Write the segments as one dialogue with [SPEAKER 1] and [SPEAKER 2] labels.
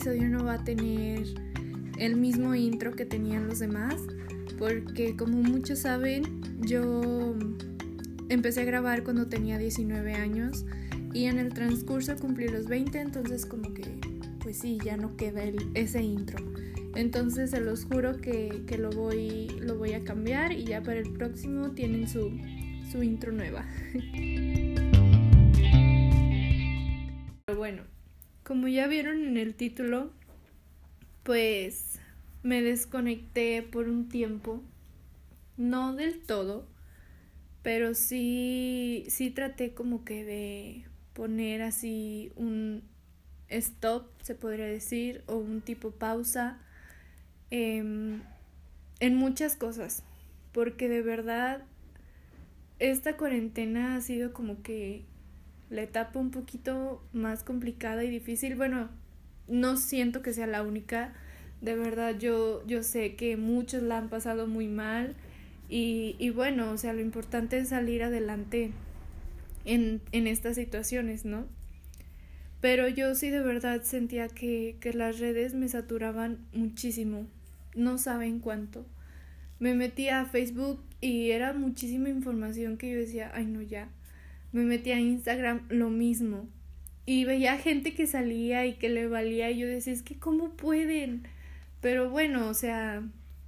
[SPEAKER 1] episodio no va a tener el mismo intro que tenían los demás, porque como muchos saben, yo empecé a grabar cuando tenía 19 años y en el transcurso cumplí los 20, entonces como que pues sí, ya no queda ese intro. Entonces se los juro que lo voy a cambiar y ya para el próximo tienen su intro nueva. Pero bueno, como ya vieron en el título, pues me desconecté por un tiempo, no del todo, pero sí traté como que de poner así un stop, se podría decir, o un tipo pausa en muchas cosas, porque de verdad esta cuarentena ha sido como que la etapa un poquito más complicada y difícil. Bueno, no siento que sea la única, de verdad yo sé que muchos la han pasado muy mal y bueno, o sea, lo importante es salir adelante en estas situaciones, ¿no? Pero yo sí de verdad sentía que las redes me saturaban muchísimo, no saben cuánto. Me metía a Facebook y era muchísima información que yo decía, ay no, ya. Me metía a Instagram, lo mismo. Y veía gente que salía y que le valía y yo decía, es que ¿cómo pueden? Pero bueno, o sea,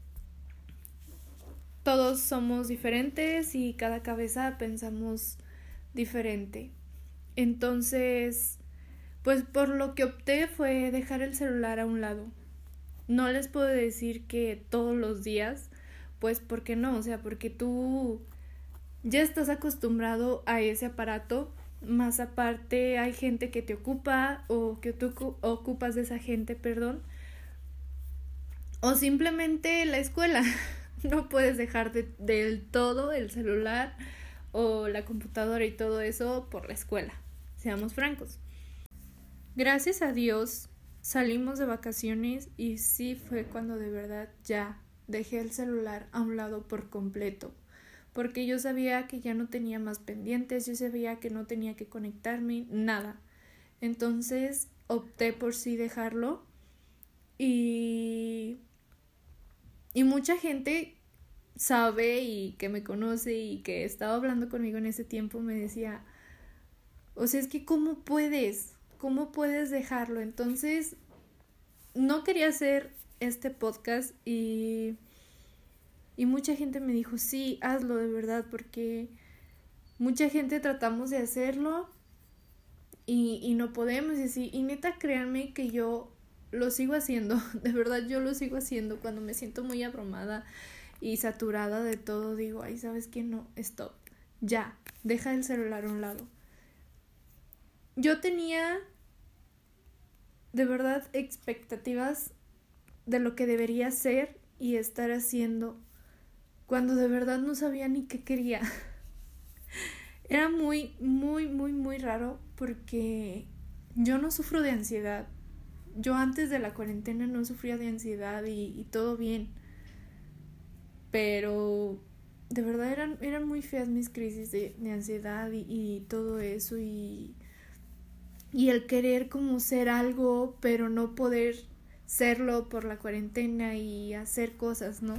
[SPEAKER 1] todos somos diferentes y cada cabeza pensamos diferente. Entonces, pues por lo que opté fue dejar el celular a un lado. No les puedo decir que todos los días, pues porque no, o sea, porque tú ya estás acostumbrado a ese aparato, más aparte hay gente que te ocupa o que tú ocupas de esa gente, perdón, o simplemente la escuela. No puedes dejar del todo el celular o la computadora y todo eso por la escuela, seamos francos. Gracias a Dios salimos de vacaciones y sí fue cuando de verdad ya dejé el celular a un lado por completo, porque yo sabía que ya no tenía más pendientes, yo sabía que no tenía que conectarme, nada. Entonces opté por sí dejarlo y mucha gente sabe y que me conoce y que estaba hablando conmigo en ese tiempo me decía, o sea, es que ¿cómo puedes dejarlo? Entonces no quería hacer este podcast y mucha gente me dijo, sí, hazlo de verdad, porque mucha gente tratamos de hacerlo y no podemos, y así, y neta créanme que yo lo sigo haciendo, de verdad yo lo sigo haciendo cuando me siento muy abrumada y saturada de todo, digo, ay, ¿sabes qué? No, stop, ya, deja el celular a un lado. Yo tenía de verdad expectativas de lo que debería ser y estar haciendo cuando de verdad no sabía ni qué quería. Era muy raro porque yo no sufro de ansiedad. Yo antes de la cuarentena no sufría de ansiedad y todo bien. Pero de verdad eran muy feas mis crisis de ansiedad y todo eso y el querer como ser algo pero no poder serlo por la cuarentena y hacer cosas, ¿no?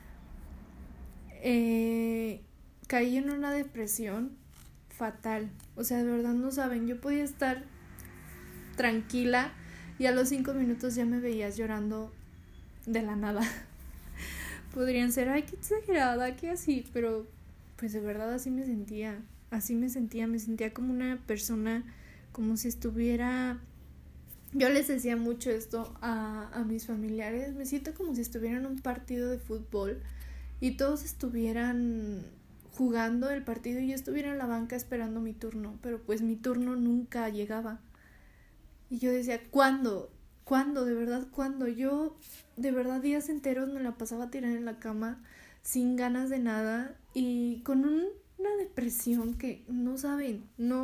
[SPEAKER 1] Caí en una depresión fatal, o sea, de verdad no saben, yo podía estar tranquila y a los 5 minutos ya me veías llorando de la nada. Podrían ser, ay, qué exagerada, qué así, pero pues de verdad así me sentía como una persona, como si estuviera, yo les decía mucho esto a mis familiares, me siento como si estuviera en un partido de fútbol y todos estuvieran jugando el partido y yo estuviera en la banca esperando mi turno, pero pues mi turno nunca llegaba. Y yo decía, ¿cuándo? De verdad, ¿cuándo? Yo de verdad días enteros me la pasaba tirada en la cama sin ganas de nada y con una depresión que no saben.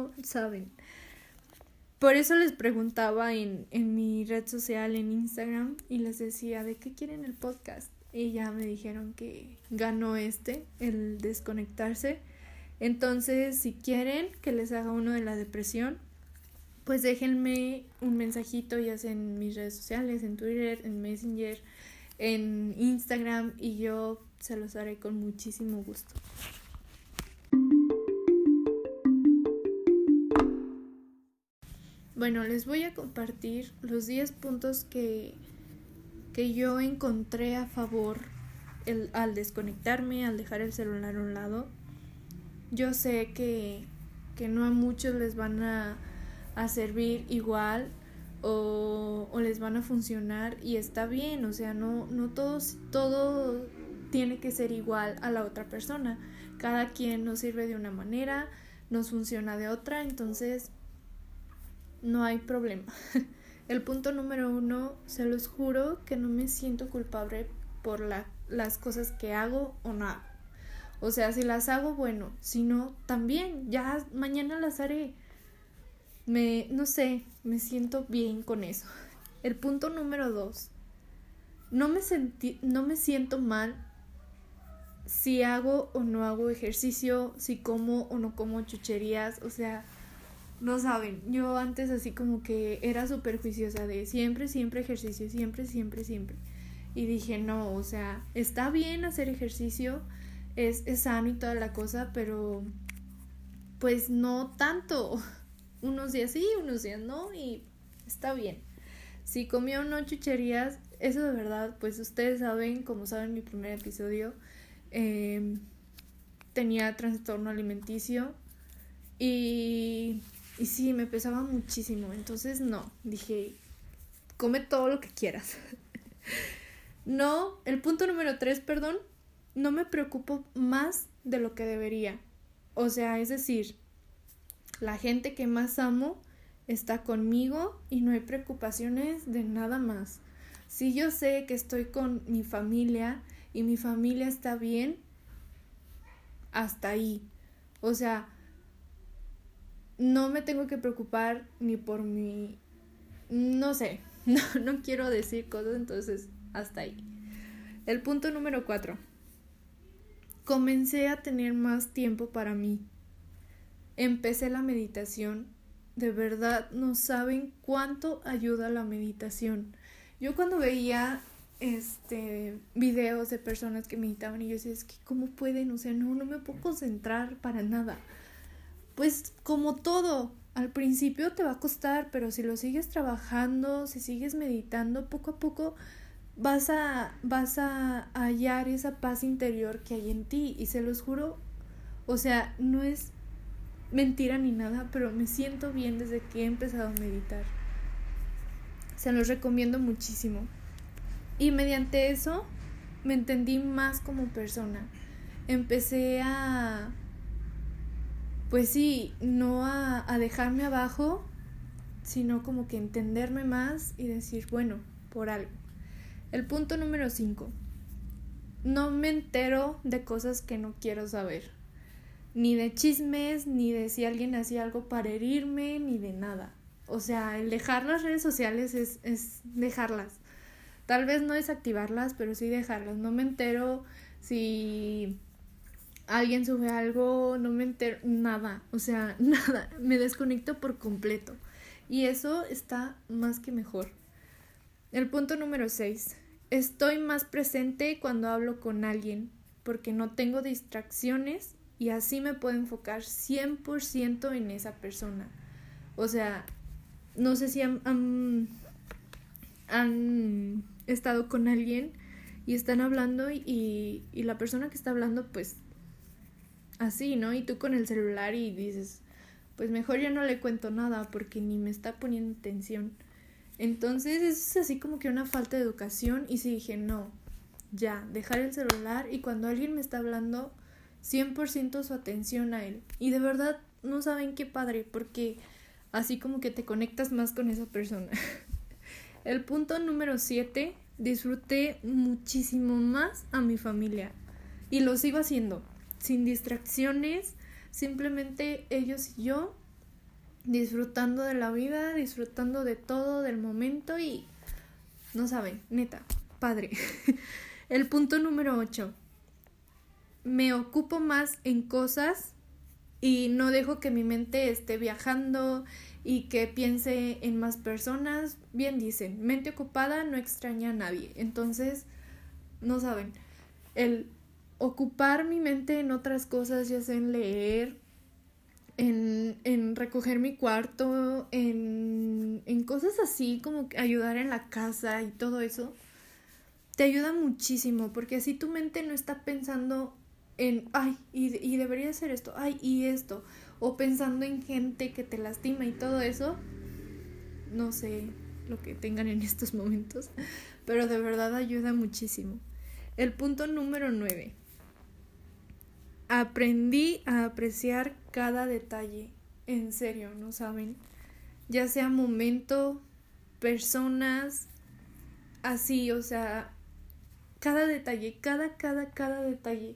[SPEAKER 1] Por eso les preguntaba en mi red social, en Instagram, y les decía, ¿de qué quieren el podcast? Y ya me dijeron que ganó el desconectarse. Entonces, si quieren que les haga uno de la depresión, pues déjenme un mensajito, ya sea en mis redes sociales, en Twitter, en Messenger, en Instagram, y yo se los haré con muchísimo gusto. Bueno, les voy a compartir los 10 puntos que yo encontré a favor al desconectarme, al dejar el celular a un lado. Yo sé que no a muchos les van a servir igual o les van a funcionar, y está bien, o sea, no todo tiene que ser igual a la otra persona. Cada quien nos sirve de una manera, nos funciona de otra, entonces no hay problema. El punto número 1, se los juro que no me siento culpable por las cosas que hago o no hago. O sea, si las hago, bueno, si no, también, ya mañana las haré. No sé, me siento bien con eso. El punto número 2, no me siento mal si hago o no hago ejercicio, si como o no como chucherías, o sea, no saben, yo antes así como que era súper juiciosa de siempre ejercicio, siempre. Y dije, no, o sea, está bien hacer ejercicio, es sano y toda la cosa, pero pues no tanto. Unos días sí, unos días no, y está bien. Si comía o no chucherías, eso de verdad, pues ustedes saben, como saben mi primer episodio, tenía trastorno alimenticio y sí, me pesaba muchísimo. Entonces no, dije, come todo lo que quieras. No, el punto número 3, perdón, no me preocupo más de lo que debería. O sea, es decir, la gente que más amo está conmigo y no hay preocupaciones de nada más. Si yo sé que estoy con mi familia y mi familia está bien, hasta ahí. O sea, no me tengo que preocupar ni por mi... No sé, no quiero decir cosas, entonces hasta ahí. El punto número 4. Comencé a tener más tiempo para mí. Empecé la meditación. De verdad, no saben cuánto ayuda la meditación. Yo cuando veía videos de personas que meditaban y yo decía, es que ¿cómo pueden? O sea, no me puedo concentrar para nada. Pues como todo, al principio te va a costar, pero si lo sigues trabajando, si sigues meditando, poco a poco vas a hallar esa paz interior que hay en ti. Y se los juro, o sea, no es mentira ni nada, pero me siento bien desde que he empezado a meditar. Se los recomiendo muchísimo. Y mediante eso me entendí más como persona. Empecé a... pues sí, no a dejarme abajo, sino como que entenderme más y decir, bueno, por algo. El punto número 5. No me entero de cosas que no quiero saber. Ni de chismes, ni de si alguien hacía algo para herirme, ni de nada. O sea, el dejar las redes sociales es dejarlas. Tal vez no desactivarlas, pero sí dejarlas. No me entero si alguien sube algo, no me entero, nada. O sea, nada. Me desconecto por completo. Y eso está más que mejor. El punto número 6. Estoy más presente cuando hablo con alguien, porque no tengo distracciones y así me puedo enfocar 100% en esa persona. O sea, no sé si han estado con alguien y están hablando y la persona que está hablando pues así, ¿no? Y tú con el celular y dices, pues mejor yo no le cuento nada porque ni me está poniendo atención. Entonces es así como que una falta de educación. Y sí dije, no, ya, dejar el celular y cuando alguien me está hablando 100% su atención a él. Y de verdad no saben qué padre, porque así como que te conectas más con esa persona. El punto número 7, disfruté muchísimo más a mi familia y lo sigo haciendo, sin distracciones, simplemente ellos y yo, disfrutando de la vida, disfrutando de todo, del momento, y no saben, neta, padre. El punto número 8, me ocupo más en cosas y no dejo que mi mente esté viajando y que piense en más personas. Bien dicen, mente ocupada no extraña a nadie. Entonces, no saben, el ocupar mi mente en otras cosas, ya sea en leer, en recoger mi cuarto, en cosas así como ayudar en la casa y todo eso, te ayuda muchísimo, porque así tu mente no está pensando en, ay, y debería hacer esto, ay, y esto, o pensando en gente que te lastima y todo eso. No sé lo que tengan en estos momentos, pero de verdad ayuda muchísimo. El punto número 9. Aprendí a apreciar cada detalle. En serio, ¿no saben? Ya sea momento, personas, así, o sea, cada detalle, cada detalle.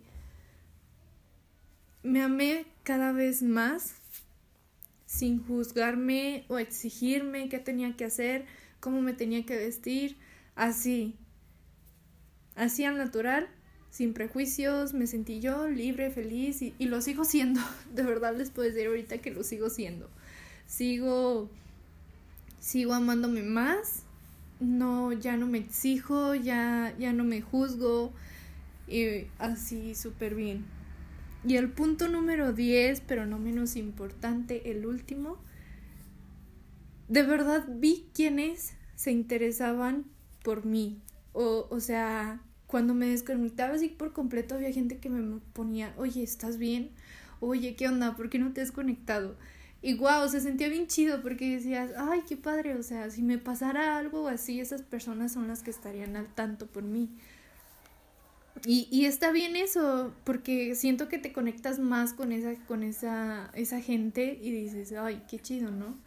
[SPEAKER 1] Me amé cada vez más, sin juzgarme o exigirme qué tenía que hacer, cómo me tenía que vestir, así al natural, sin prejuicios. Me sentí yo libre, feliz y lo sigo siendo. De verdad les puedo decir ahorita que lo sigo siendo. Sigo amándome más. No, ya no me exijo, ya no me juzgo, y así súper bien. Y el punto número 10, pero no menos importante, el último, de verdad vi quienes se interesaban por mí. O sea, cuando me desconectaba así por completo, había gente que me ponía, oye, ¿estás bien? Oye, ¿qué onda? ¿Por qué no te has conectado? Y guau, se sentía bien chido porque decías, ay, qué padre, o sea, si me pasara algo así, esas personas son las que estarían al tanto por mí. Y está bien eso, porque siento que te conectas más con esa gente y dices, ay, qué chido, ¿no?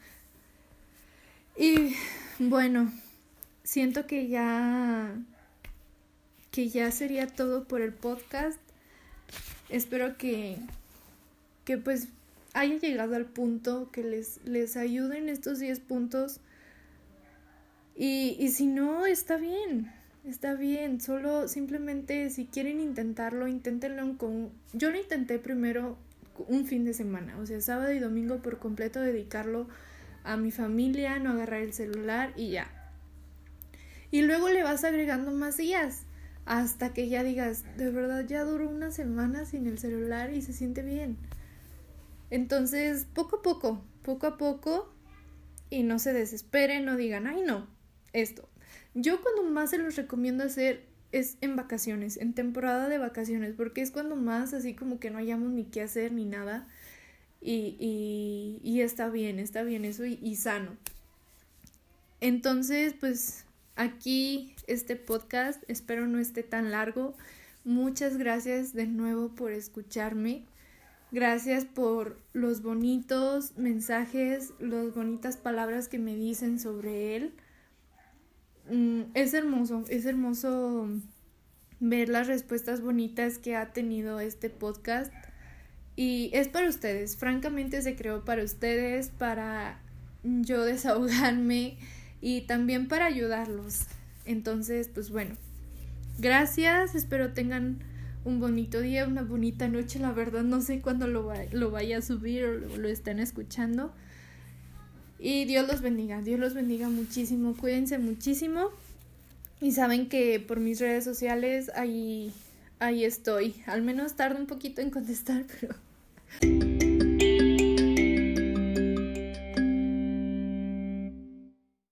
[SPEAKER 1] Y bueno, siento que ya sería todo por el podcast. Espero que pues haya llegado al punto, que les ayuden estos 10 puntos. Y si no, está bien, solo simplemente si quieren intentarlo, inténtenlo yo lo intenté primero un fin de semana, o sea, sábado y domingo por completo, dedicarlo a mi familia, no agarrar el celular y ya. Y luego le vas agregando más días, hasta que ya digas, de verdad ya duró una semana sin el celular y se siente bien. Entonces, poco a poco, y no se desesperen, no digan, ay no, esto. Yo cuando más se los recomiendo hacer es en vacaciones, en temporada de vacaciones, porque es cuando más así como que no hayamos ni qué hacer ni nada, y está bien eso y sano. Entonces, pues aquí este podcast, espero no esté tan largo. Muchas gracias de nuevo por escucharme. Gracias por los bonitos mensajes, las bonitas palabras que me dicen sobre él. Es hermoso ver las respuestas bonitas que ha tenido este podcast. Y es para ustedes, francamente se creó para ustedes, para yo desahogarme y también para ayudarlos. Entonces, pues bueno, gracias, espero tengan un bonito día, una bonita noche. La verdad no sé cuándo lo vaya a subir o lo estén escuchando. Y Dios los bendiga muchísimo, cuídense muchísimo. Y saben que por mis redes sociales ahí estoy. Al menos tardo un poquito en contestar, pero